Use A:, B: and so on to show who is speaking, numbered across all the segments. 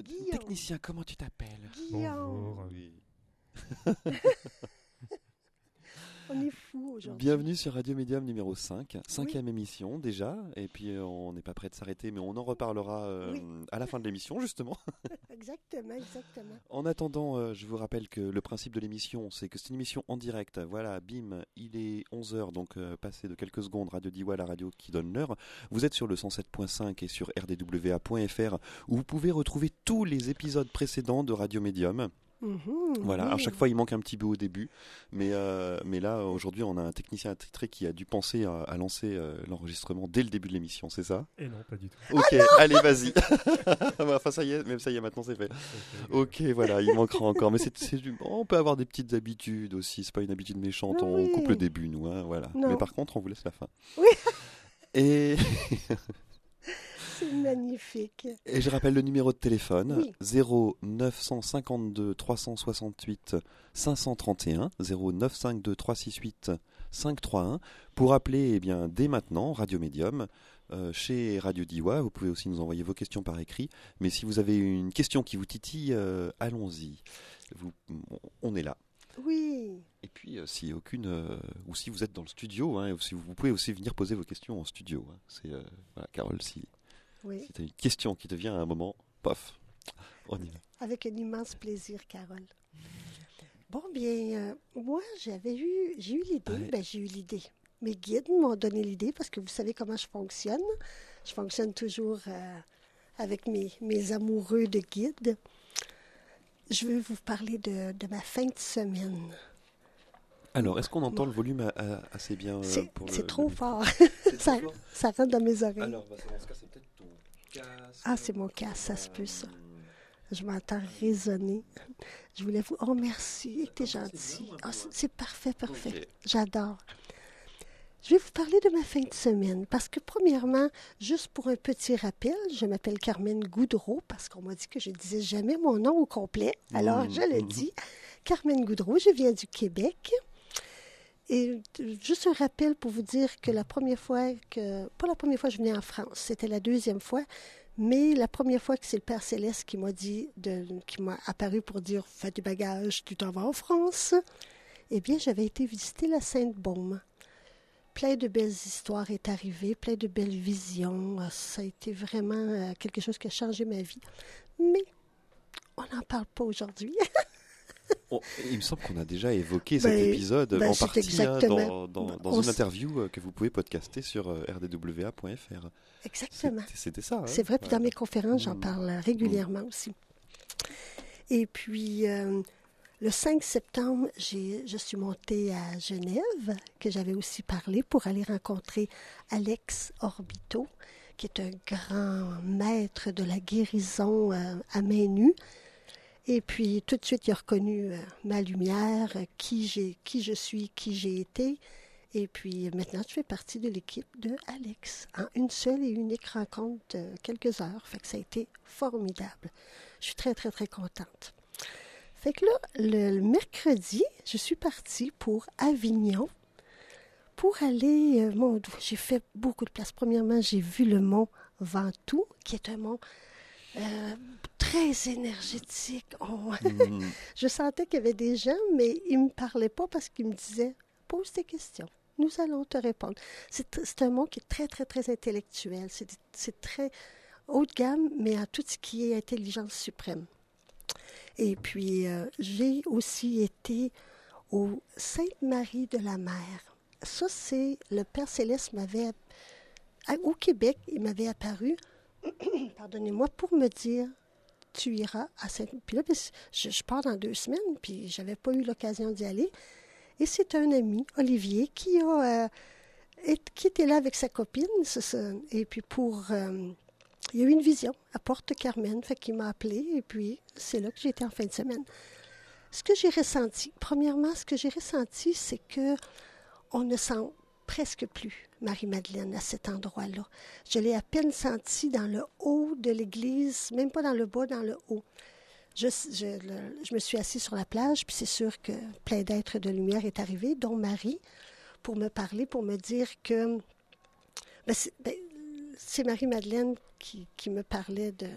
A: Guillaume.
B: Technicien, comment tu t'appelles?
A: Guillaume.
C: Bonjour.
B: Oui.
A: On est fous aujourd'hui.
B: Bienvenue sur Radio Médium numéro 5, cinquième émission déjà, et puis on n'est pas prêt de s'arrêter, mais on en reparlera à la fin de l'émission justement.
A: Exactement.
B: En attendant, je vous rappelle que le principe de l'émission, c'est que c'est une émission en direct. Voilà, bim, il est 11h, donc passé de quelques secondes, Radio Diois, la radio qui donne l'heure. Vous êtes sur le 107.5 et sur rdwa.fr, où vous pouvez retrouver tous les épisodes précédents de Radio Médium. Voilà, à chaque fois il manque un petit bout au début, mais là aujourd'hui on a un technicien attitré qui a dû penser à lancer l'enregistrement dès le début de l'émission, c'est ça?
C: Et non, pas du tout.
B: Ok, allez vas-y. Enfin ça y est, même ça y est, maintenant c'est fait. Ok, voilà, il manquera encore, mais on peut avoir des petites habitudes aussi, c'est pas une habitude méchante, on coupe le début nous, hein, voilà.
A: Non.
B: Mais par contre on vous laisse la fin.
A: Oui.
B: Et...
A: C'est magnifique.
B: Et je rappelle le numéro de téléphone,
A: Oui.
B: 0952 368 531, 0952 368 531, pour appeler dès maintenant Radio Médium chez Radio Diois. Vous pouvez aussi nous envoyer vos questions par écrit, mais si vous avez une question qui vous titille, allons-y, on est là.
A: Oui.
B: Et puis si aucune, ou si vous êtes dans le studio, hein, si vous pouvez aussi venir poser vos questions en studio. Hein. C'est voilà, Carole, si tu as une question qui te vient à un moment, paf, on y va.
A: Avec un immense plaisir, Carole. Bon, bien, moi, j'ai eu l'idée.
B: Ouais.
A: J'ai eu l'idée. Mes guides m'ont donné l'idée parce que vous savez comment je fonctionne. Je fonctionne toujours avec mes amoureux de guides. Je veux vous parler de ma fin de semaine.
B: Alors, est-ce qu'on entend le volume assez bien
A: C'est trop fort.
B: C'est trop fort.
A: Ça rentre dans mes oreilles.
B: Alors, dans ce cas, c'est peut-être ton casque.
A: Ah, c'est mon casque, ça se peut, ça. Je m'entends résonner. Je voulais vous... Oh, merci, t'es gentil. Ah, c'est parfait.
B: Ok.
A: J'adore. Je vais vous parler de ma fin de semaine parce que, premièrement, juste pour un petit rappel, je m'appelle Carmen Goudreau parce qu'on m'a dit que je ne disais jamais mon nom au complet. Alors, je le dis. Carmen Goudreau, je viens du Québec. Et juste un rappel pour vous dire que pas la première fois que je venais en France, c'était la deuxième fois, mais la première fois que c'est le Père Céleste qui m'a apparu pour dire « Fais du bagage, tu t'en vas en France », eh bien, j'avais été visiter la Sainte-Baume. Plein de belles histoires est arrivé, plein de belles visions. Ça a été vraiment quelque chose qui a changé ma vie. Mais on n'en parle pas aujourd'hui.
B: Il me semble qu'on a déjà évoqué cet épisode en
A: c'est
B: partie
A: exactement.
B: dans une interview que vous pouvez podcaster sur rdwa.fr.
A: Exactement.
B: C'était ça. Hein?
A: C'est vrai, puis dans mes conférences, j'en parle régulièrement aussi. Et puis, le 5 septembre, je suis montée à Genève, que j'avais aussi parlé, pour aller rencontrer Alex Orbito, qui est un grand maître de la guérison à main nue. Et puis, tout de suite, il a reconnu ma lumière, qui je suis, qui j'ai été. Et puis, maintenant, je fais partie de l'équipe de Alex, en une seule et unique rencontre de quelques heures. Fait que ça a été formidable. Je suis très, très, très contente. Fait que là, le mercredi, je suis partie pour Avignon pour aller... j'ai fait beaucoup de places. Premièrement, j'ai vu le mont Ventoux, qui est un mont... très énergétique. Je sentais qu'il y avait des gens, mais ils ne me parlaient pas parce qu'ils me disaient « Pose tes questions, nous allons te répondre ». C'est un monde qui est très, très, très intellectuel. C'est très haut de gamme, mais en tout ce qui est intelligence suprême. Et puis, j'ai aussi été au Sainte-Marie de la Mer. Ça, c'est... Le Père Céleste m'avait... Au Québec, il m'avait apparu... Pardonnez-moi, pour me dire, tu iras à Sainte... Puis là, je pars dans 2 semaines, puis je n'avais pas eu l'occasion d'y aller. Et c'est un ami, Olivier, qui était là avec sa copine. Et puis il y a eu une vision à Porte-Carmen, fait qu'il m'a appelé, et puis c'est là que j'ai été en fin de semaine. Ce que j'ai ressenti, premièrement, c'est que on ne sent presque plus Marie-Madeleine à cet endroit-là. Je l'ai à peine sentie dans le haut de l'église, même pas dans le bas, dans le haut. Je me suis assise sur la plage, puis c'est sûr que plein d'êtres de lumière est arrivé, dont Marie, pour me parler, pour me dire que c'est Marie-Madeleine qui me parlait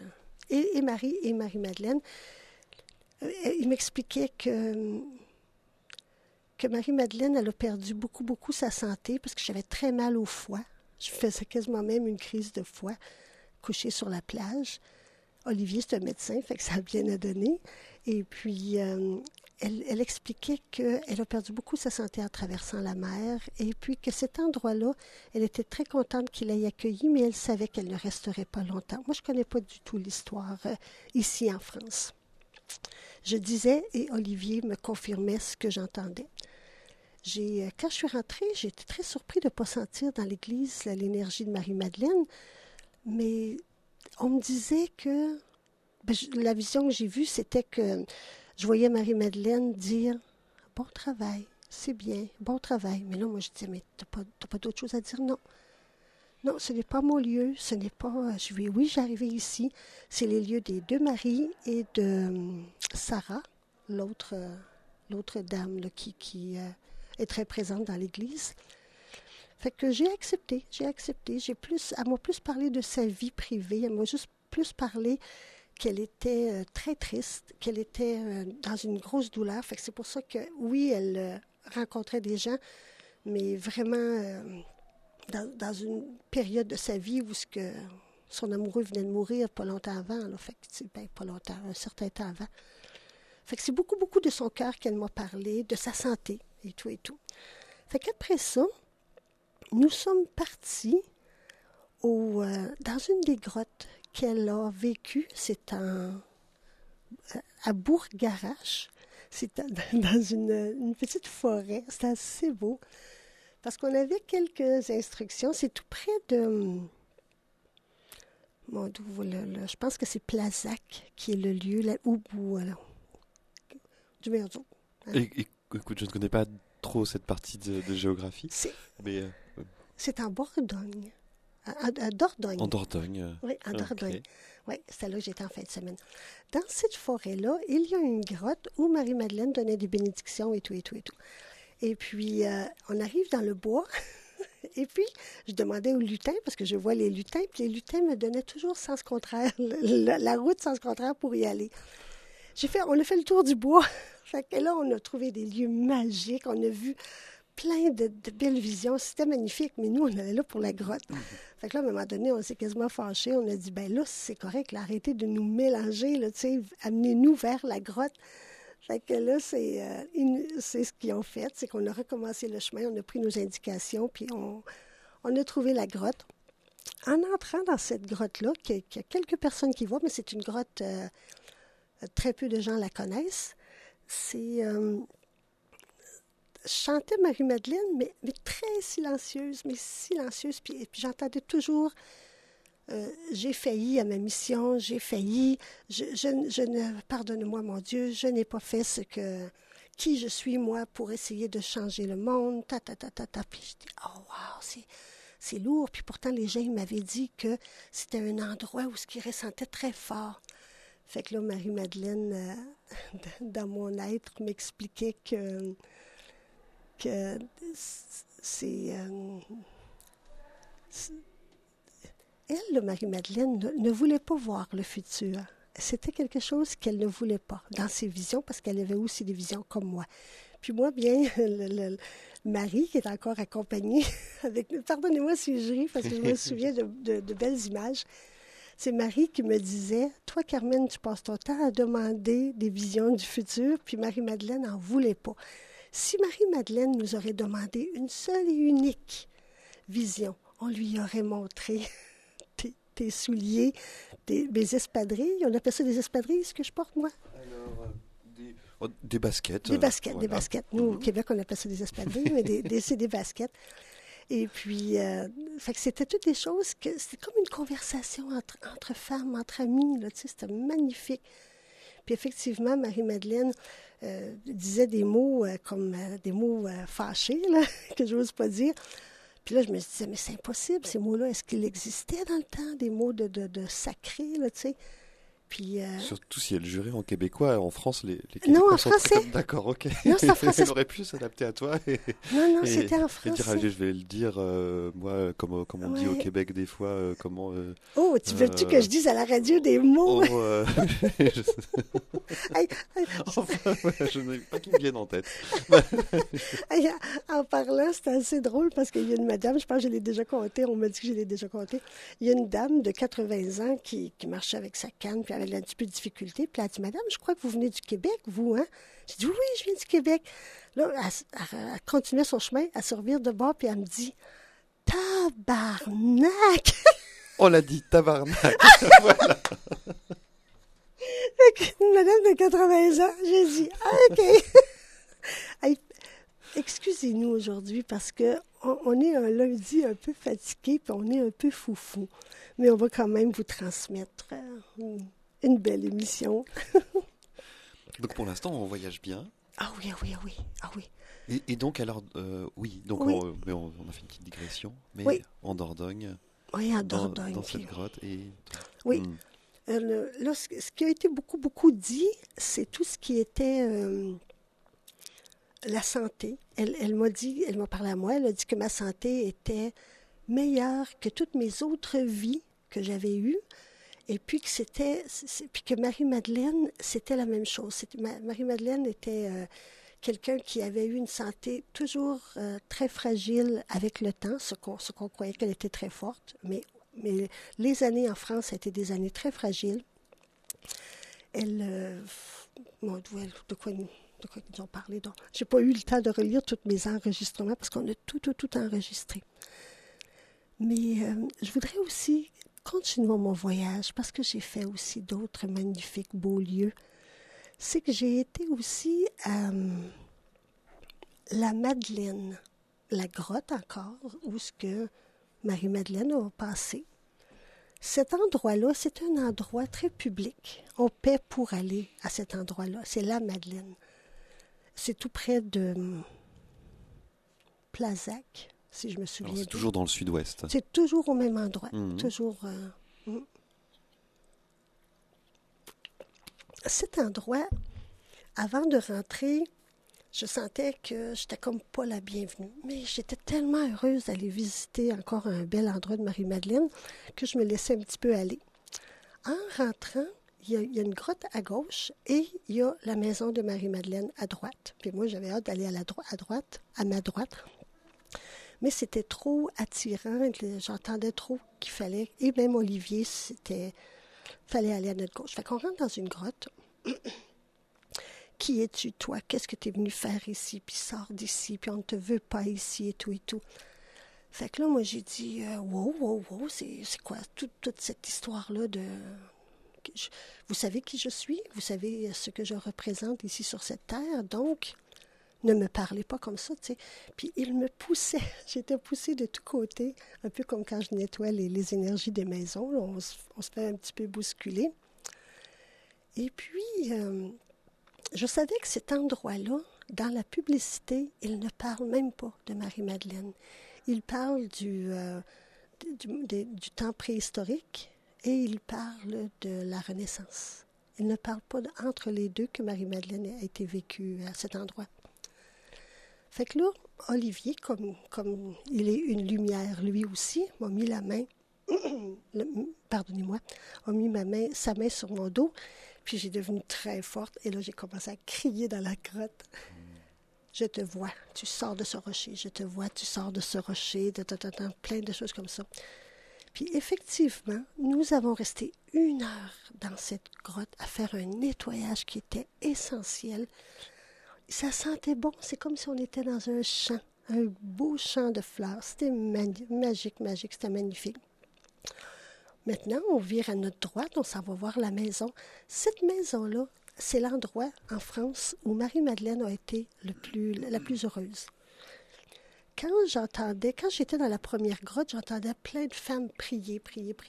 A: et Marie-Madeleine, il m'expliquait que Marie-Madeleine, elle a perdu beaucoup, beaucoup sa santé parce que j'avais très mal au foie. Je faisais quasiment même une crise de foie couchée sur la plage. Olivier, c'est un médecin, fait que ça a bien à donner. Et puis, elle expliquait qu'elle a perdu beaucoup sa santé en traversant la mer et puis que cet endroit-là, elle était très contente qu'il l'ait accueilli, mais elle savait qu'elle ne resterait pas longtemps. Moi, je ne connais pas du tout l'histoire ici en France. Je disais, et Olivier me confirmait ce que j'entendais. Quand je suis rentrée, j'ai été très surpris de ne pas sentir dans l'église l'énergie de Marie-Madeleine, mais on me disait que... la vision que j'ai vue, c'était que je voyais Marie-Madeleine dire « Bon travail, c'est bien, bon travail ». Mais là, moi, je disais « Mais t'as pas d'autre chose à dire? » Non. Non, ce n'est pas mon lieu, ce n'est pas... Oui, j'arrivais ici. C'est les lieux des deux Marie et de Sarah, l'autre dame là, qui est très présente dans l'Église. Fait que j'ai accepté. Elle m'a plus parlé de sa vie privée, elle m'a juste plus parlé qu'elle était très triste, qu'elle était dans une grosse douleur. Fait que c'est pour ça que, oui, elle rencontrait des gens, mais vraiment... Dans une période de sa vie où son amoureux venait de mourir pas longtemps avant. Là, fait que, pas longtemps, un certain temps avant. Fait que c'est beaucoup, beaucoup de son cœur qu'elle m'a parlé, de sa santé et tout et tout. Fait qu'après ça, nous sommes partis dans une des grottes qu'elle a vécues. C'est à Bourg-Garache. C'est dans une petite forêt. C'est assez beau. Parce qu'on avait quelques instructions. C'est tout près de... je pense que c'est Plazac qui est le lieu du Verdo.
B: Hein? Écoute, je ne connais pas trop cette partie de géographie.
A: C'est en Bourgogne. À Dordogne.
B: En Dordogne.
A: Oui, en Dordogne. Okay. Oui, c'est là que j'étais en fin de semaine. Dans cette forêt-là, il y a une grotte où Marie-Madeleine donnait des bénédictions et tout, et tout, et tout. Et puis, on arrive dans le bois, et puis, je demandais aux lutins, parce que je vois les lutins, puis les lutins me donnaient toujours sens contraire, la route sens contraire pour y aller. On a fait le tour du bois, fait que là, on a trouvé des lieux magiques, on a vu plein de belles visions, c'était magnifique, mais nous, on allait là pour la grotte. Fait que là, à un moment donné, on s'est quasiment fâchés, on a dit, ben là, c'est correct, là, arrêtez de nous mélanger, là, tu sais, amenez-nous vers la grotte. Fait que là, c'est ce qu'ils ont fait, c'est qu'on a recommencé le chemin, on a pris nos indications, puis on a trouvé la grotte. En entrant dans cette grotte-là, il y a quelques personnes qui voient, mais c'est une grotte, très peu de gens la connaissent. Chantait Marie-Madeleine, mais très silencieuse, puis j'entendais toujours... j'ai failli à ma mission, j'ai failli, pardonne-moi mon Dieu, je n'ai pas fait qui je suis moi pour essayer de changer le monde, Puis je dis, oh wow, c'est lourd. Puis pourtant les gens m'avaient dit que c'était un endroit où ce qui ressentait très fort. Fait que là, Marie-Madeleine, dans mon être, m'expliquait que c'est elle, Marie-Madeleine, ne voulait pas voir le futur. C'était quelque chose qu'elle ne voulait pas dans ses visions, parce qu'elle avait aussi des visions comme moi. Puis moi, bien, Marie, qui est encore accompagnée avec... Pardonnez-moi si je ris, parce que je me souviens de belles images. C'est Marie qui me disait, « Toi, Carmen, tu passes ton temps à demander des visions du futur, puis Marie-Madeleine n'en voulait pas. Si Marie-Madeleine nous aurait demandé une seule et unique vision, on lui aurait montré... tes souliers, mes espadrilles. On appelle ça des espadrilles, ce que je porte, moi?
B: Alors, des baskets.
A: Des baskets. Nous, au Québec, on appelle ça des espadrilles, mais c'est des baskets. Et puis, fait que c'était toutes des choses c'était comme une conversation entre femmes, entre amies, là, tu sais, c'était magnifique. Puis effectivement, Marie-Madeleine disait des mots comme des mots fâchés, là, que je n'ose pas dire. Puis là, je me disais, mais c'est impossible, ces mots-là, est-ce qu'ils existaient dans le temps, des mots de sacré, là, tu sais? Puis,
B: surtout si elle jurait en québécois. En France, les
A: non,
B: Québécois
A: en
B: sont
A: français.
B: D'accord, ok.
A: Non, c'est en français.
B: Elle aurait pu s'adapter à toi
A: Non,
B: et
A: c'était en
B: et dire, allez,
A: français.
B: je vais le dire, moi, comme on dit au
A: Ouais.
B: Québec des fois, comment...
A: Oh, tu veux-tu que
B: euh,
A: je dise à la radio des mots?
B: oh, je sais-
A: Hey, hey,
B: enfin, voilà, je n'ai pas qui me viennent en tête.
A: hey, en parlant, c'était assez drôle parce qu'il y a une madame, je pense que je l'ai déjà compté, on m'a dit que je l'ai déjà compté. Il y a une dame de 80 ans qui marchait avec sa canne, puis elle avait un petit peu de difficulté. Puis elle a dit, Madame, je crois que vous venez du Québec, vous, hein? J'ai dit, oui, je viens du Québec. Là, elle continuait son chemin, elle se revire de bord, puis elle me dit, Tabarnak!
B: On l'a dit, tabarnak.
A: Une madame de 80 ans, j'ai dit, ah, OK. Hey, excusez-nous aujourd'hui parce que on est un lundi un peu fatigué puis on est un peu foufou. Mais on va quand même vous transmettre une belle émission.
B: Donc pour l'instant, on voyage bien.
A: Ah oui, ah oui, ah oui, ah oui.
B: Et donc alors, oui, donc
A: Oui.
B: on a fait une petite digression, mais
A: Oui.
B: en Dordogne,
A: Oui, en Dordogne.
B: dans
A: puis-
B: cette grotte.
A: Oui.
B: Hmm.
A: Là, ce qui a été beaucoup dit, c'est tout ce qui était la santé. Elle m'a dit, elle m'a parlé à moi, elle a dit que ma santé était meilleure que toutes mes autres vies que j'avais eues. Et puis puis que Marie-Madeleine, c'était la même chose. Marie-Madeleine était quelqu'un qui avait eu une santé toujours très fragile avec le temps, ce qu'on croyait qu'elle était très forte, mais les années en France, ça a été des années très fragiles. Elle, de quoi ils nous ont parlé. Donc, j'ai pas eu le temps de relire tous mes enregistrements parce qu'on a tout enregistré. Mais je voudrais aussi continuer mon voyage parce que j'ai fait aussi d'autres magnifiques beaux lieux. C'est que j'ai été aussi à la Madeleine, la grotte encore, où ce que Marie-Madeleine a passé. Cet endroit-là, c'est un endroit très public. On paie pour aller à cet endroit-là. C'est la Madeleine. C'est tout près de Plazac, si je me souviens
B: Alors,
A: bien.
B: c'est toujours dans le sud-ouest.
A: C'est toujours au même endroit.
B: Mhm.
A: Toujours. Cet endroit, avant de rentrer, je sentais que j'étais comme pas la bienvenue. Mais j'étais tellement heureuse d'aller visiter encore un bel endroit de Marie-Madeleine que je me laissais un petit peu aller. En rentrant, il y a une grotte à gauche et il y a la maison de Marie-Madeleine à droite. Puis moi, j'avais hâte d'aller à ma droite. Mais c'était trop attirant. J'entendais trop qu'il fallait. Et même Olivier, fallait aller à notre gauche. Fait qu'on rentre dans une grotte. Qui es-tu, toi? Qu'est-ce que tu es venu faire ici? Puis sors d'ici, puis on ne te veut pas ici et tout et tout. Fait que là, moi, j'ai dit, wow, c'est quoi toute cette histoire-là de... Vous savez qui je suis? Vous savez ce que je représente ici sur cette terre? Donc, ne me parlez pas comme ça, tu sais. Puis il me poussait. J'étais poussée de tous côtés, un peu comme quand je nettoie les énergies des maisons. Là, on se fait un petit peu bousculer. Et puis... je savais que cet endroit-là, dans la publicité, il ne parle même pas de Marie-Madeleine. Il parle du temps préhistorique et il parle de la Renaissance. Il ne parle pas entre les deux que Marie-Madeleine a été vécue à cet endroit. Fait que là, Olivier, comme il est une lumière lui aussi, m'a mis la main, pardonnez-moi, a mis sa main sur mon dos. Puis j'ai devenu très forte et là, j'ai commencé à crier dans la grotte. Je te vois, tu sors de ce rocher. Je te vois, tu sors de ce rocher. Plein de choses comme ça. Puis effectivement, nous avons resté 1 heure dans cette grotte à faire un nettoyage qui était essentiel. Ça sentait bon. C'est comme si on était dans un champ, un beau champ de fleurs. C'était magique. C'était magnifique. Maintenant, on vire à notre droite, on s'en va voir la maison. Cette maison-là, c'est l'endroit en France où Marie-Madeleine a été la plus heureuse. Quand j'étais dans la première grotte, j'entendais plein de femmes prier.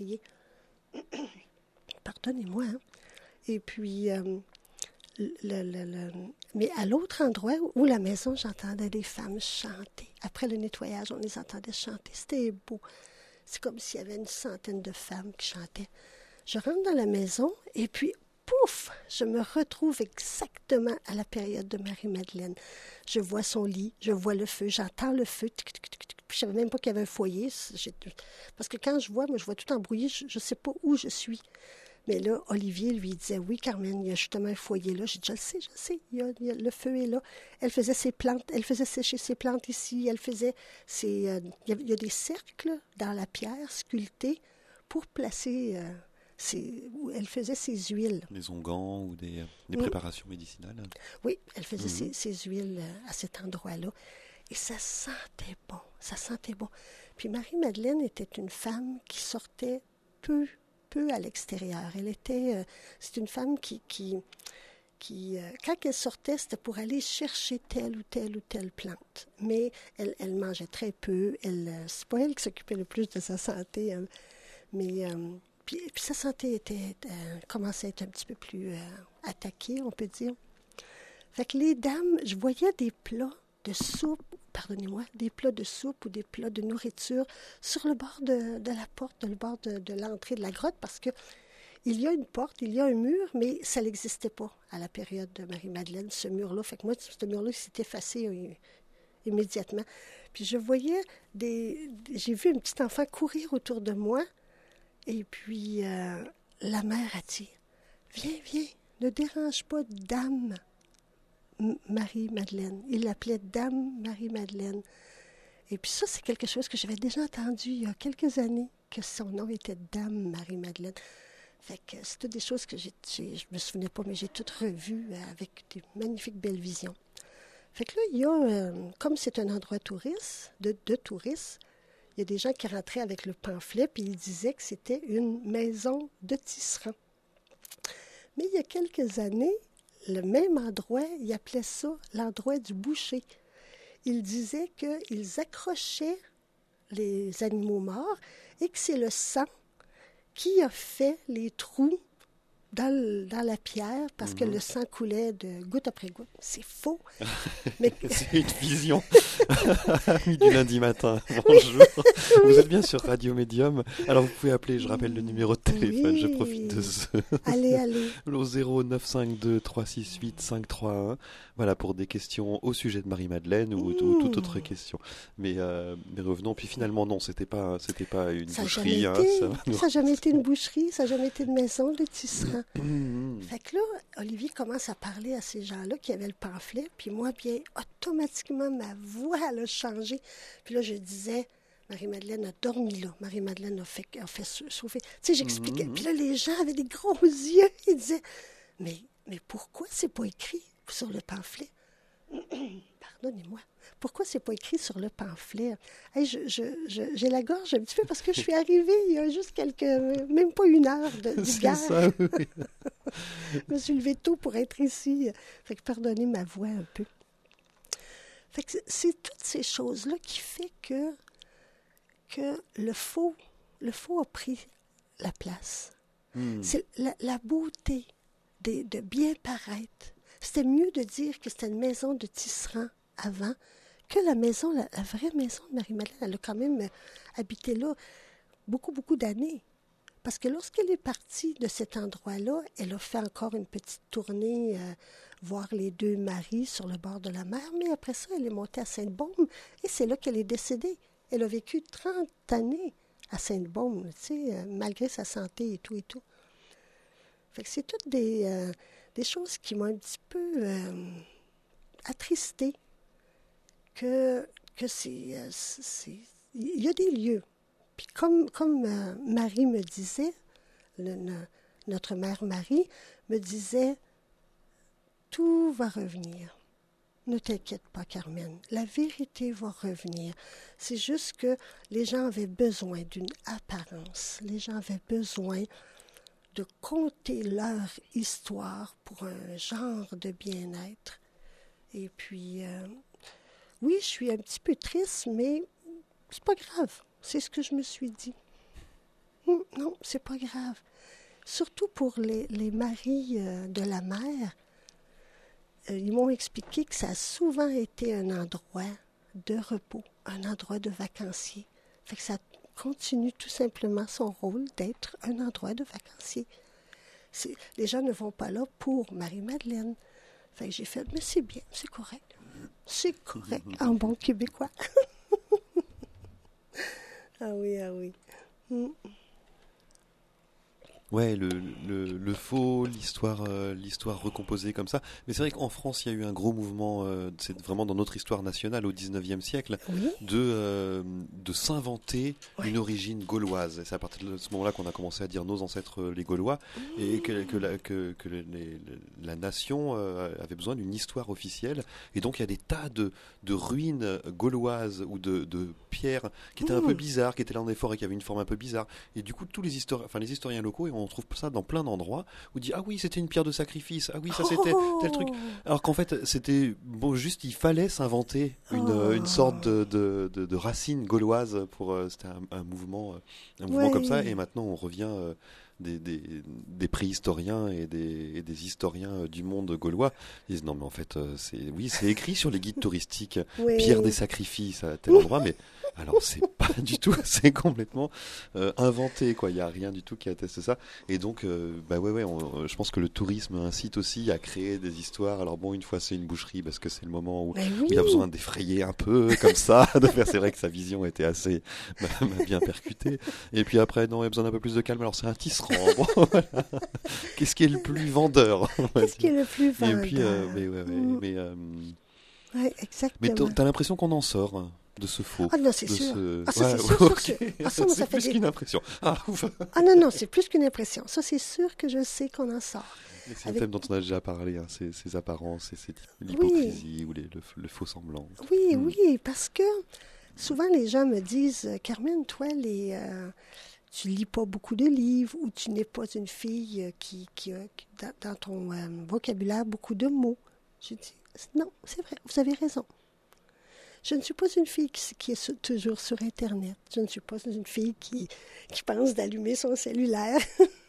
A: Pardonnez-moi, hein? Et puis, mais à l'autre endroit où la maison, j'entendais des femmes chanter. Après le nettoyage, on les entendait chanter. C'était beau. C'est comme s'il y avait une centaine de femmes qui chantaient. Je rentre dans la maison et puis, pouf, je me retrouve exactement à la période de Marie-Madeleine. Je vois son lit, je vois le feu, j'entends le feu. Tic, tic, tic, tic. Je ne savais même pas qu'il y avait un foyer. Parce que quand je vois, moi, je vois tout embrouillé, je ne sais pas où je suis. Mais là, Olivier lui disait, oui, Carmen, il y a justement un foyer là. J'ai dit, je le sais, le feu est là. Elle faisait ses plantes, elle faisait sécher ses plantes ici. Elle faisait il y a des cercles dans la pierre sculptés pour placer... où elle faisait ses huiles.
B: Des onguents ou des préparations médicinales.
A: Oui, elle faisait ses huiles à cet endroit-là. Et ça sentait bon. Puis Marie-Madeleine était une femme qui sortait peu à l'extérieur. C'est une femme qui quand elle sortait, c'était pour aller chercher telle ou telle plante. Mais elle mangeait très peu. C'est pas elle qui s'occupait le plus de sa santé. Hein. Mais puis sa santé commençait à être un petit peu plus attaquée, on peut dire. Fait que les dames, je voyais des plats de soupe, des plats de soupe ou des plats de nourriture sur le bord de la porte, le bord de l'entrée de la grotte, parce que il y a une porte, il y a un mur, mais ça n'existait pas à la période de Marie-Madeleine, ce mur-là. Fait que moi, ce mur-là s'est effacé immédiatement. Puis je voyais j'ai vu un petit enfant courir autour de moi, et puis la mère a dit, viens, ne dérange pas Dame Marie-Madeleine. Il l'appelait Dame Marie-Madeleine. Et puis ça, c'est quelque chose que j'avais déjà entendu il y a quelques années, que son nom était Dame Marie-Madeleine. Fait que c'est toutes des choses que je me souvenais pas, mais j'ai toutes revues avec des magnifiques belles visions. Fait que là, il y a, comme c'est un endroit touriste, de touristes, il y a des gens qui rentraient avec le pamphlet, puis ils disaient que c'était une maison de tisserand. Mais il y a quelques années, le même endroit, ils appelaient ça l'endroit du boucher. Ils disaient qu'ils accrochaient les animaux morts et que c'est le sang qui a fait les trous dans la pierre parce que le sang coulait de goutte après goutte. C'est faux.
B: Mais... c'est une vision. Du lundi matin. Bonjour. Oui. Vous êtes bien sur Radio Médium. Alors vous pouvez appeler, je rappelle le numéro de téléphone, je profite de ce...
A: Allez.
B: Au 0952 368 531. Voilà, pour des questions au sujet de Marie-Madeleine ou toute autre question. Mais revenons. Puis finalement, non, c'était pas une boucherie.
A: Ça n'a jamais été une boucherie, ça n'a jamais été une maison de tisserand. Fait que là, Olivier commence à parler à ces gens-là qui avaient le pamphlet, puis moi, bien, automatiquement, ma voix, elle a changé. Puis là, je disais, Marie-Madeleine a dormi là. Marie-Madeleine a fait chauffer. Tu sais, j'expliquais. Puis là, les gens avaient des gros yeux. Ils disaient, mais pourquoi c'est pas écrit sur le pamphlet? Pardonnez-moi. Pourquoi c'est pas écrit sur le pamphlet? Hey, j'ai la gorge un petit peu parce que je suis arrivée il y a juste même pas une heure du gare.
B: Ça, oui.
A: Je me suis levée tôt pour être ici. Fait que pardonnez ma voix un peu. Fait que c'est toutes ces choses-là qui fait que le faux a pris la place. C'est la beauté de bien paraître. C'était mieux de dire que c'était une maison de tisserand avant que la vraie maison de Marie-Madeleine. Elle a quand même habité là beaucoup d'années. Parce que lorsqu'elle est partie de cet endroit-là, elle a fait encore une petite tournée, voir les deux maris sur le bord de la mer, mais après ça, elle est montée à Sainte-Baume et c'est là qu'elle est décédée. Elle a vécu 30 années à Sainte-Baume, tu sais, malgré sa santé et tout et tout. Fait que c'est toutes des choses qui m'ont un petit peu attristée. Que il y a des lieux. Puis comme Marie me disait, notre mère Marie me disait, tout va revenir. Ne t'inquiète pas, Carmen. La vérité va revenir. C'est juste que les gens avaient besoin d'une apparence. Les gens avaient besoin de conter leur histoire pour un genre de bien-être. Et puis, oui, je suis un petit peu triste, mais c'est pas grave. C'est ce que je me suis dit. Non, c'est pas grave. Surtout pour les maris de la mer. Ils m'ont expliqué que ça a souvent été un endroit de repos, un endroit de vacanciers. Fait que ça a continue tout simplement son rôle d'être un endroit de vacancier. Les gens ne vont pas là pour Marie-Madeleine. Fait que j'ai fait, mais c'est bien, c'est correct. C'est correct, en bon québécois. Ah oui, ah oui.
B: Ouais, le faux, l'histoire recomposée comme ça. Mais c'est vrai qu'en France, il y a eu un gros mouvement, c'est vraiment dans notre histoire nationale au 19e siècle,
A: Oui.
B: de s'inventer une origine gauloise. Et c'est à partir de ce moment-là qu'on a commencé à dire nos ancêtres les Gaulois, et que la nation avait besoin d'une histoire officielle. Et donc il y a des tas de ruines gauloises ou de pierres qui étaient un peu bizarres, qui étaient là en effort et qui avaient une forme un peu bizarre. Et du coup, tous les historiens locaux, on trouve ça dans plein d'endroits où on dit ah oui, c'était une pierre de sacrifice, ah oui, ça c'était tel truc, alors qu'en fait c'était juste il fallait s'inventer une sorte de racine gauloise pour c'était un mouvement comme ça. Et maintenant on revient des préhistoriens et des historiens du monde gaulois. Ils disent non mais en fait c'est écrit sur les guides touristiques, pierre des sacrifices à tel endroit, mais alors c'est pas du tout, c'est complètement inventé quoi. Il y a rien du tout qui atteste ça. Et donc je pense que le tourisme incite aussi à créer des histoires. Alors bon, une fois c'est une boucherie parce que c'est le moment où il a besoin d'effrayer un peu comme ça, de faire. C'est vrai que sa vision était assez m'a bien percuté. Et puis après non, il a besoin d'un peu plus de calme. Alors c'est un tisserand. Bon, voilà. Qu'est-ce qui est le plus vendeur?
A: Qu'est-ce qui est le plus vendeur?
B: Et puis
A: exactement.
B: Mais t'as l'impression qu'on en sort de ce faux.
A: Ah non, c'est sûr. Ça, c'est sûr.
B: Okay.
A: Ah, ça,
B: c'est plus qu'une impression. Ah, ouf.
A: Ah non, c'est plus qu'une impression. Ça, c'est sûr que je sais qu'on en sort.
B: C'est un thème dont on a déjà parlé, hein, ces apparences, l'hypocrisie ou le faux semblant.
A: Oui, parce que souvent les gens me disent « Carmen, toi, tu lis pas beaucoup de livres ou tu n'es pas une fille qui a dans ton vocabulaire beaucoup de mots. » Je dis « Non, c'est vrai, vous avez raison. Je ne suis pas une fille qui est toujours sur Internet. Je ne suis pas une fille qui pense d'allumer son cellulaire. »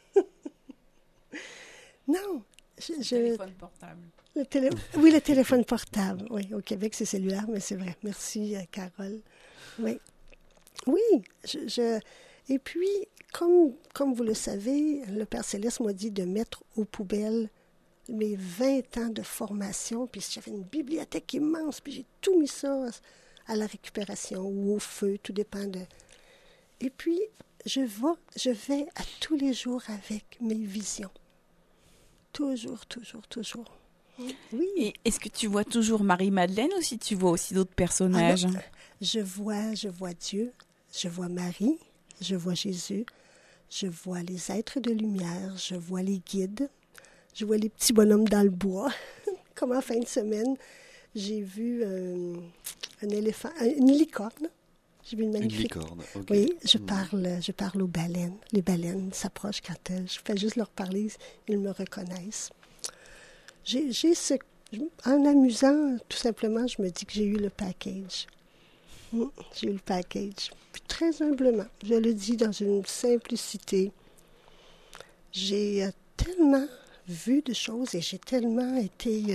A: Non.
C: Le téléphone portable.
A: Oui, le téléphone portable. Oui, au Québec, c'est cellulaire, mais c'est vrai. Merci, Carole. Oui. Oui. Et puis, comme vous le savez, le Père Céleste m'a dit de mettre aux poubelles mes 20 ans de formation, puis j'avais une bibliothèque immense, puis j'ai tout mis ça à la récupération ou au feu, tout dépend de... Et puis, je vais à tous les jours avec mes visions. Toujours. Oui.
C: Et est-ce que tu vois toujours Marie-Madeleine ou si tu vois aussi d'autres personnages?
A: Je vois Dieu, je vois Marie, je vois Jésus, je vois les êtres de lumière, je vois les guides, je vois les petits bonhommes dans le bois. Comme en fin de semaine, j'ai vu un éléphant, une licorne. J'ai vu une magnifique...
B: Une licorne, ok.
A: Oui, je parle aux baleines. Les baleines s'approchent quand je fais juste leur parler, ils me reconnaissent. En amusant, tout simplement, je me dis que j'ai eu le package. J'ai eu le package. Puis très humblement, je le dis dans une simplicité. J'ai tellement vu de choses et j'ai tellement été...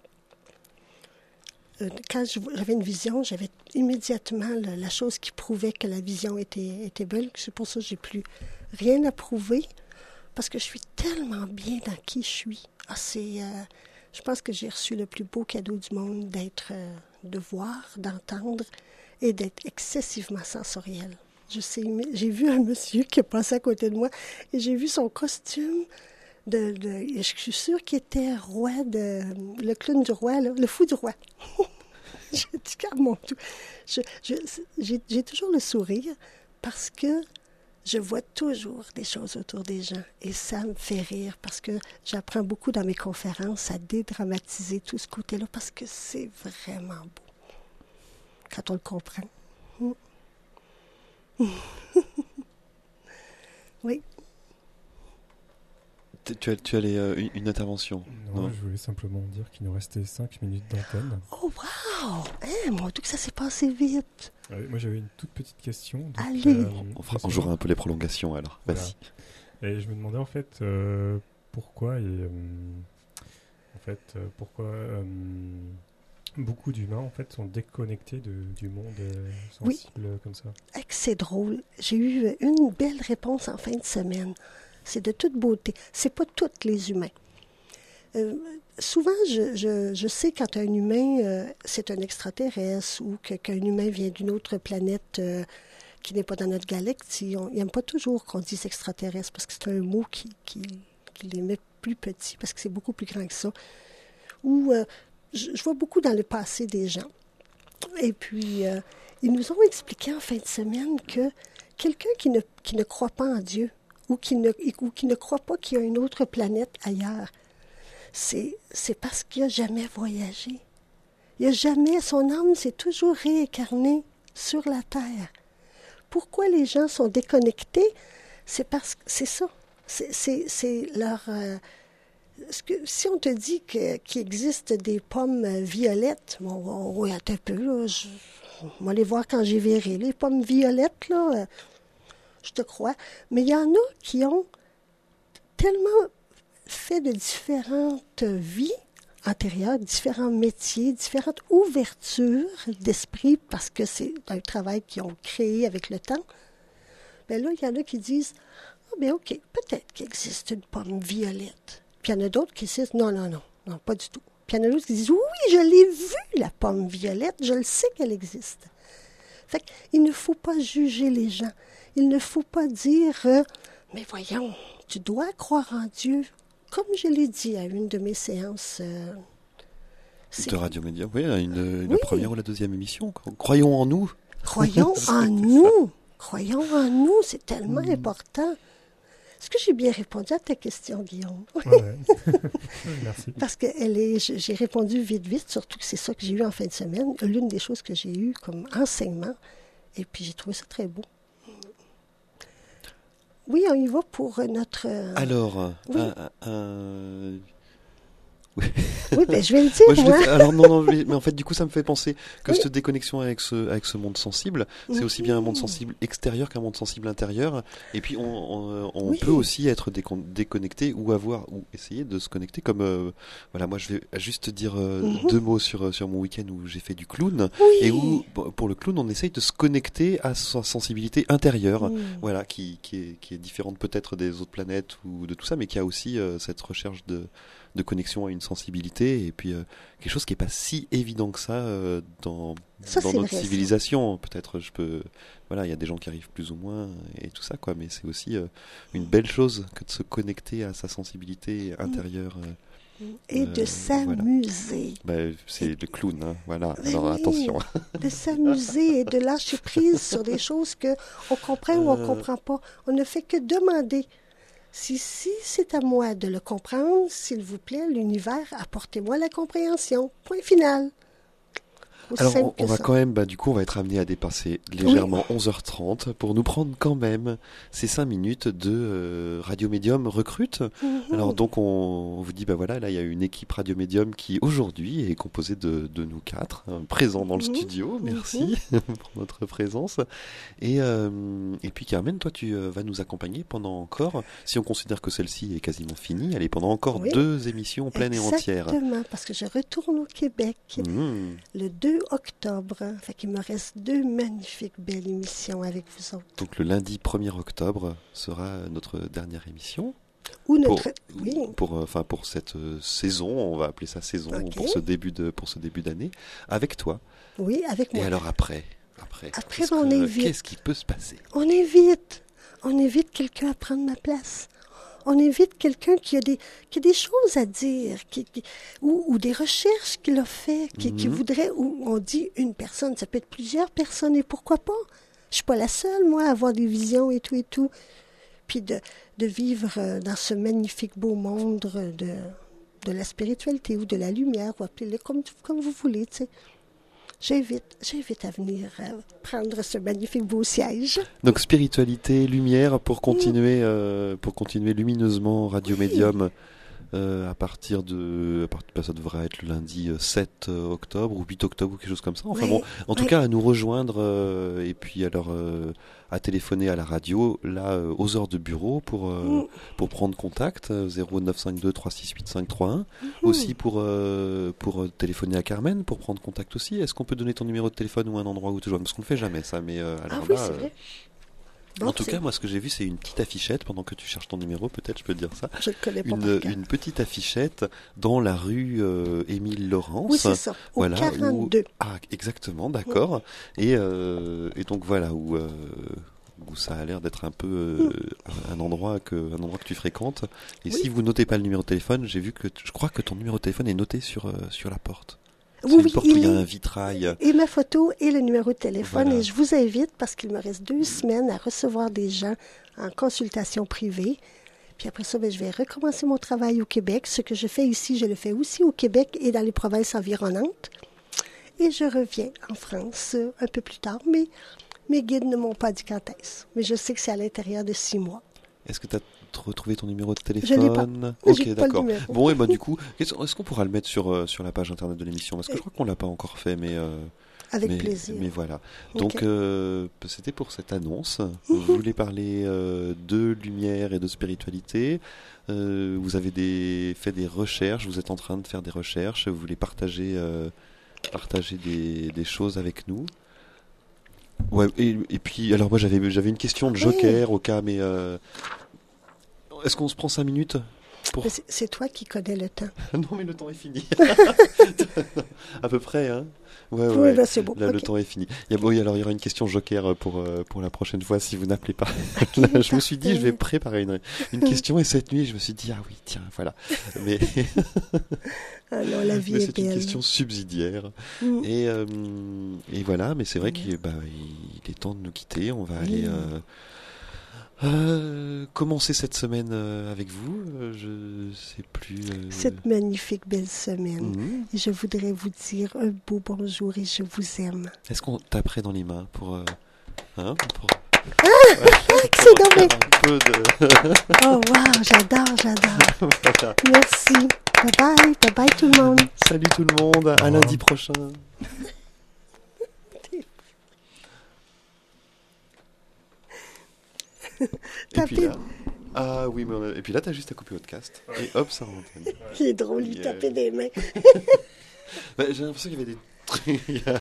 A: quand j'avais une vision, j'avais immédiatement la chose qui prouvait que la vision était belle. C'est pour ça que j'ai plus rien à prouver, parce que je suis tellement bien dans qui je suis. Je pense que j'ai reçu le plus beau cadeau du monde de voir, d'entendre et d'être excessivement sensoriel. J'ai vu un monsieur qui est passé à côté de moi et j'ai vu son costume je suis sûre qu'il était le clown du roi, là, le fou du roi. J'ai dit, car mon Dieu, j'ai toujours le sourire parce que je vois toujours des choses autour des gens et ça me fait rire parce que j'apprends beaucoup dans mes conférences à dédramatiser tout ce côté-là parce que c'est vraiment beau quand on le comprend. Oui.
B: Tu as une intervention?
D: Non, je voulais simplement dire qu'il nous restait 5 minutes d'antenne.
A: Oh, wow! Mon Dieu, que ça s'est passé vite!
D: Moi, j'avais une toute petite question. Donc,
A: allez!
B: On jouera un peu les prolongations, alors.
D: Voilà.
B: Vas-y.
D: Et je me demandais, en fait, pourquoi beaucoup d'humains en fait sont déconnectés du monde sensible comme ça.
A: C'est drôle. J'ai eu une belle réponse en fin de semaine. C'est de toute beauté. C'est pas tous les humains. Souvent, je sais quand un humain, c'est un extraterrestre ou qu'un humain vient d'une autre planète qui n'est pas dans notre galaxie. Ils n'aiment pas toujours qu'on dise extraterrestre parce que c'est un mot qui les met plus petits parce que c'est beaucoup plus grand que ça. Ou je vois beaucoup dans le passé des gens. Et puis, ils nous ont expliqué en fin de semaine que quelqu'un qui ne croit pas en Dieu ou qui ne croit pas qu'il y a une autre planète ailleurs, c'est parce qu'il n'a jamais voyagé. Son âme s'est toujours réincarnée sur la Terre. Pourquoi les gens sont déconnectés? C'est parce que c'est ça. C'est leur... si on te dit qu'il existe des pommes violettes, bon, attends un peu, là, on va les voir quand j'ai verrai. Les pommes violettes, là, je te crois. Mais il y en a qui ont tellement fait de différentes vies antérieures, différents métiers, différentes ouvertures d'esprit, parce que c'est un travail qu'ils ont créé avec le temps. Bien là, il y en a qui disent « Ah, bien OK, peut-être qu'il existe une pomme violette. » Puis il y en a d'autres qui disent « Non, pas du tout. » Puis il y en a d'autres qui disent « Oui, je l'ai vue, la pomme violette, je le sais qu'elle existe. » Fait qu'il ne faut pas juger les gens. Il ne faut pas dire « Mais voyons, tu dois croire en Dieu. » Comme je l'ai dit à une de mes séances...
B: de Radio Média, oui, la première ou la deuxième émission. Croyons en nous.
A: Croyons en nous. Croyons en nous, c'est tellement important. Est-ce que j'ai bien répondu à ta question, Guillaume?
D: Ouais. Merci.
A: Parce que j'ai répondu vite, surtout que c'est ça que j'ai eu en fin de semaine. L'une des choses que j'ai eues comme enseignement. Et puis j'ai trouvé ça très beau. Oui, on y va pour notre...
B: Alors,
A: oui.
B: Oui,
A: ben, je vais le dire, moi.
B: Alors, non, mais en fait, du coup, ça me fait penser que cette déconnexion avec ce monde sensible, c'est aussi bien un monde sensible extérieur qu'un monde sensible intérieur. Et puis, on peut aussi être déconnecté ou essayer de se connecter comme... voilà, moi, je vais juste dire 2 mots sur mon week-end où j'ai fait du clown. Et où, pour le clown, on essaye de se connecter à sa sensibilité intérieure, voilà, qui est différente peut-être des autres planètes ou de tout ça, mais qui a aussi cette recherche de connexion à une sensibilité et puis quelque chose qui n'est pas si évident que ça dans notre civilisation. Peut-être voilà, il y a des gens qui arrivent plus ou moins et tout ça, quoi, mais c'est aussi une belle chose que de se connecter à sa sensibilité intérieure.
A: Et de s'amuser.
B: Voilà. C'est le clown, hein, voilà. Alors attention.
A: De s'amuser et de lâcher prise sur des choses qu'on comprend ou on ne comprend pas. On ne fait que demander. Si c'est à moi de le comprendre, s'il vous plaît, l'univers, apportez-moi la compréhension. Point final.
B: Alors, on va quand même, du coup, on va être amené à dépasser légèrement 11h30 pour nous prendre quand même ces 5 minutes de Radio Médium recrute. Alors, donc, on vous dit, voilà, là, il y a une équipe Radio Médium qui, aujourd'hui, est composée de nous 4, présents dans le studio. Merci pour notre présence. Et puis, Carmen, toi, tu vas nous accompagner pendant encore, si on considère que celle-ci est quasiment finie, elle est pendant encore 2 émissions pleines et entières.
A: Exactement, parce que je retourne au Québec le 2 octobre. Fait qu'il me reste 2 magnifiques belles émissions avec vous autres.
B: Donc le lundi 1er octobre sera notre dernière émission.
A: Ou notre...
B: Pour cette saison, on va appeler ça saison, pour ce début d'année, avec toi.
A: Oui, avec moi.
B: Et alors après,
A: on invite.
B: Qu'est-ce qui peut se passer?
A: On invite quelqu'un à prendre ma place. On invite quelqu'un qui a des choses à dire, ou des recherches qu'il a fait, qui voudrait, ou on dit une personne, ça peut être plusieurs personnes, et pourquoi pas? Je suis pas la seule, moi, à avoir des visions et tout. Puis de vivre dans ce magnifique beau monde de la spiritualité ou de la lumière, ou appelez-le comme vous voulez, tu sais. J'invite à venir prendre ce magnifique beau siège.
B: Donc spiritualité, lumière pour continuer lumineusement Radio Médium Ça devrait être le lundi 7 octobre ou 8 octobre ou quelque chose comme ça. Enfin
A: Ouais,
B: bon, en tout
A: ouais.
B: cas à nous rejoindre et puis alors à téléphoner à la radio là aux heures de bureau pour prendre contact 0952 368 531. Aussi pour téléphoner à Carmen pour prendre contact aussi. Est-ce qu'on peut donner ton numéro de téléphone ou un endroit où te joindre? Parce qu'on ne le fait jamais ça, mais
A: Ah
B: alors
A: oui,
B: là.
A: c'est vrai. Bon,
B: En tout cas, moi, ce que j'ai vu, c'est une petite affichette, pendant que tu cherches ton numéro, peut-être je peux te dire ça.
A: je ne le connais pas par cœur.
B: Une petite affichette dans la rue Émile Laurence.
A: Oui, c'est ça, au
B: Voilà,
A: 42.
B: Ah, exactement, d'accord. Et donc voilà, où ça a l'air d'être un peu un endroit que tu fréquentes. Et
A: Oui.
B: si vous notez pas le numéro de téléphone, je crois que ton numéro de téléphone est noté sur la porte. C'est
A: Oui,
B: une porte où il y a un vitrail.
A: Et ma photo et le numéro de téléphone.
B: Voilà.
A: Et je vous invite, parce qu'il me reste 2 semaines à recevoir des gens en consultation privée. Puis après ça, je vais recommencer mon travail au Québec. Ce que je fais ici, je le fais aussi au Québec et dans les provinces environnantes. Et je reviens en France un peu plus tard. Mais mes guides ne m'ont pas dit quand est-ce. Mais je sais que c'est à l'intérieur de 6 mois.
B: Est-ce que tu as retrouvé ton numéro de téléphone?
A: Je l'ai pas.
B: Ok,
A: J'ai pas le
B: d'accord.
A: numéro.
B: Bon, et bah du coup, est-ce qu'on pourra le mettre sur la page internet de l'émission? Parce que je crois qu'on l'a pas encore fait,
A: Avec plaisir.
B: mais voilà.
A: Ok.
B: Donc, c'était pour cette annonce. Vous voulez parler de lumière et de spiritualité. Vous avez fait des recherches. Vous êtes en train de faire des recherches. Vous voulez partager des choses avec nous. Ouais. Et puis, alors moi, j'avais une question de joker au cas, mais est-ce qu'on se prend 5 minutes pour...
A: Mais c'est toi qui connais le temps.
B: Non, mais le temps est fini. À peu près, hein. Ouais,
A: Oui,
B: ouais.
A: ben c'est beau.
B: Là, le
A: Ok.
B: temps est fini. Alors, il y aura une question joker pour la prochaine fois si vous n'appelez pas.
A: Ok,
B: Là, je me suis dit,
A: parfait.
B: je vais préparer une question et cette nuit, je me suis dit, ah oui, tiens, voilà. Mais,
A: Ah non, la vie
B: mais
A: est
B: c'est une
A: belle.
B: question subsidiaire.
A: Mm.
B: Et voilà, mais c'est vrai qu'il est temps de nous quitter. On va aller commencer cette semaine avec vous. Je sais plus.
A: Cette magnifique belle semaine.
B: Mhm.
A: Et je voudrais vous dire un beau bonjour et je vous aime.
B: Est-ce qu'on taperait dans les mains pour
A: C'est dommage.
B: un peu de...
A: Oh wow, j'adore.
B: Voilà.
A: Merci. Bye bye tout le monde.
B: Salut tout le monde, à lundi prochain. Et puis là, ah oui, et puis là, t'as juste à couper podcast et hop, ça rentre.
A: Il est drôle, il
B: Yeah.
A: tapait des mains.
B: J'ai l'impression qu'il y avait des trucs.